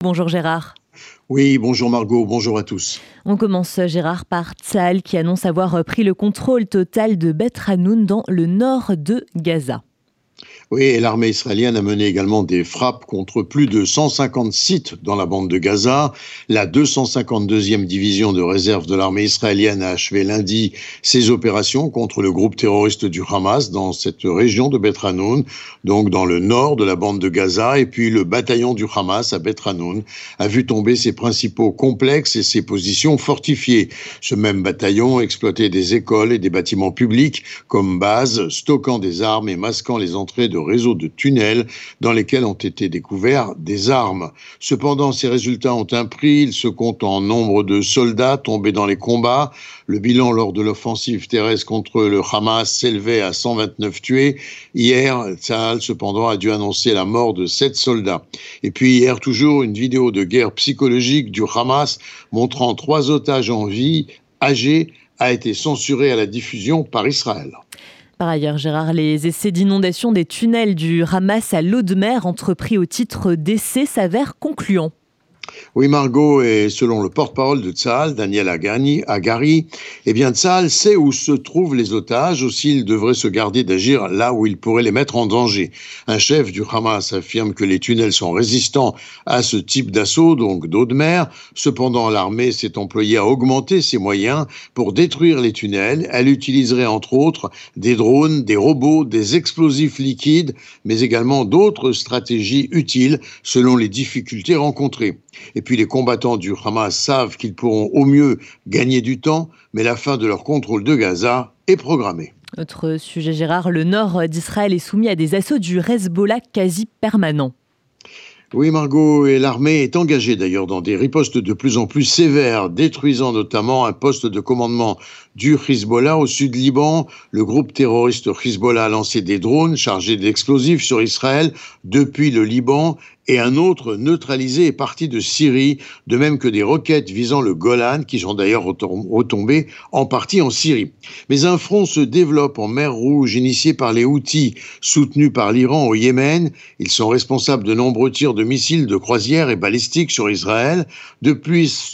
Bonjour Gérard. Oui, bonjour Margot, bonjour à tous. On commence Gérard par Tsahal qui annonce avoir pris le contrôle total de Beth Hanoun dans le nord de Gaza. Oui, et l'armée israélienne a mené également des frappes contre plus de 150 sites dans la bande de Gaza. La 252e division de réserve de l'armée israélienne a achevé lundi ses opérations contre le groupe terroriste du Hamas dans cette région de Beth Hanoun, donc dans le nord de la bande de Gaza. Et puis le bataillon du Hamas à Beth Hanoun a vu tomber ses principaux complexes et ses positions fortifiées. Ce même bataillon exploitait des écoles et des bâtiments publics comme base, stockant des armes et masquant les entrées de réseaux de tunnels dans lesquels ont été découverts des armes. Cependant, ces résultats ont un prix. Ils se comptent en nombre de soldats tombés dans les combats. Le bilan lors de l'offensive terrestre contre le Hamas s'élevait à 129 tués. Hier, Tsahal, cependant, a dû annoncer la mort de 7 soldats. Et puis hier, toujours, une vidéo de guerre psychologique du Hamas montrant 3 otages en vie, âgés, a été censurée à la diffusion par Israël. Par ailleurs, Gérard, les essais d'inondation des tunnels du Hamas à l'eau de mer, entrepris au titre d'essai, s'avèrent concluants. Oui, Margot, et selon le porte-parole de Tsahal, Daniel Hagari, eh bien, Tsahal sait où se trouvent les otages, aussi il devrait se garder d'agir là où il pourrait les mettre en danger. Un chef du Hamas affirme que les tunnels sont résistants à ce type d'assaut, donc d'eau de mer. Cependant, l'armée s'est employée à augmenter ses moyens pour détruire les tunnels. Elle utiliserait entre autres des drones, des robots, des explosifs liquides, mais également d'autres stratégies utiles selon les difficultés rencontrées. Et puis les combattants du Hamas savent qu'ils pourront au mieux gagner du temps, mais la fin de leur contrôle de Gaza est programmée. Autre sujet Gérard, le nord d'Israël est soumis à des assauts du Hezbollah quasi permanents. Oui, Margot, et l'armée est engagée d'ailleurs dans des ripostes de plus en plus sévères, détruisant notamment un poste de commandement du Hezbollah au sud Liban. Le groupe terroriste Hezbollah a lancé des drones chargés d'explosifs sur Israël depuis le Liban et un autre neutralisé est parti de Syrie, de même que des roquettes visant le Golan qui sont d'ailleurs retombées en partie en Syrie. Mais un front se développe en mer Rouge initié par les Houthis, soutenus par l'Iran au Yémen. Ils sont responsables de nombreux tirs de missiles de croisière et balistiques sur Israël. De plus,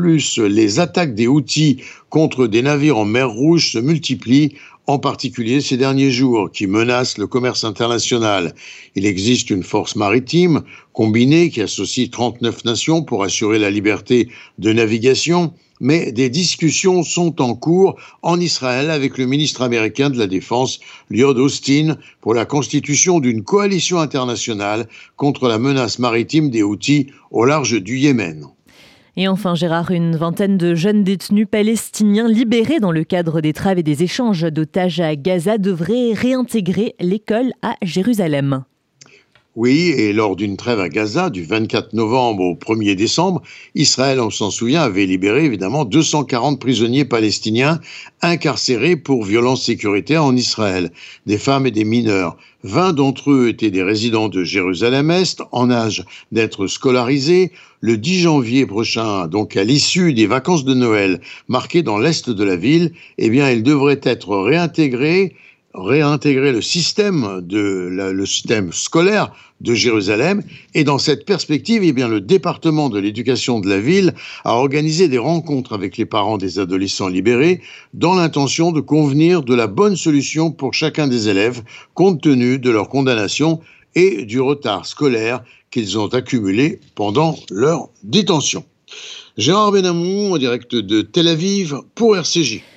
les attaques des Houthis contre des navires en mer Rouge se multiplient, en particulier ces derniers jours, qui menacent le commerce international. Il existe une force maritime combinée qui associe 39 nations pour assurer la liberté de navigation, mais des discussions sont en cours en Israël avec le ministre américain de la Défense, Lloyd Austin, pour la constitution d'une coalition internationale contre la menace maritime des Houthis au large du Yémen. Et enfin, Gérard, une vingtaine de jeunes détenus palestiniens libérés dans le cadre des trêves et des échanges d'otages à Gaza devraient réintégrer l'école à Jérusalem. Oui, et lors d'une trêve à Gaza du 24 novembre au 1er décembre, Israël, on s'en souvient, avait libéré évidemment 240 prisonniers palestiniens incarcérés pour violences sécuritaires en Israël, des femmes et des mineurs. 20 d'entre eux étaient des résidents de Jérusalem-Est, en âge d'être scolarisés. Le 10 janvier prochain, donc à l'issue des vacances de Noël marquées dans l'est de la ville, eh bien, ils devraient être réintégrer le système scolaire de Jérusalem. Et dans cette perspective, eh bien, le département de l'éducation de la ville a organisé des rencontres avec les parents des adolescents libérés dans l'intention de convenir de la bonne solution pour chacun des élèves, compte tenu de leur condamnation et du retard scolaire qu'ils ont accumulé pendant leur détention. Gérard Benamou, en direct de Tel Aviv pour RCJ.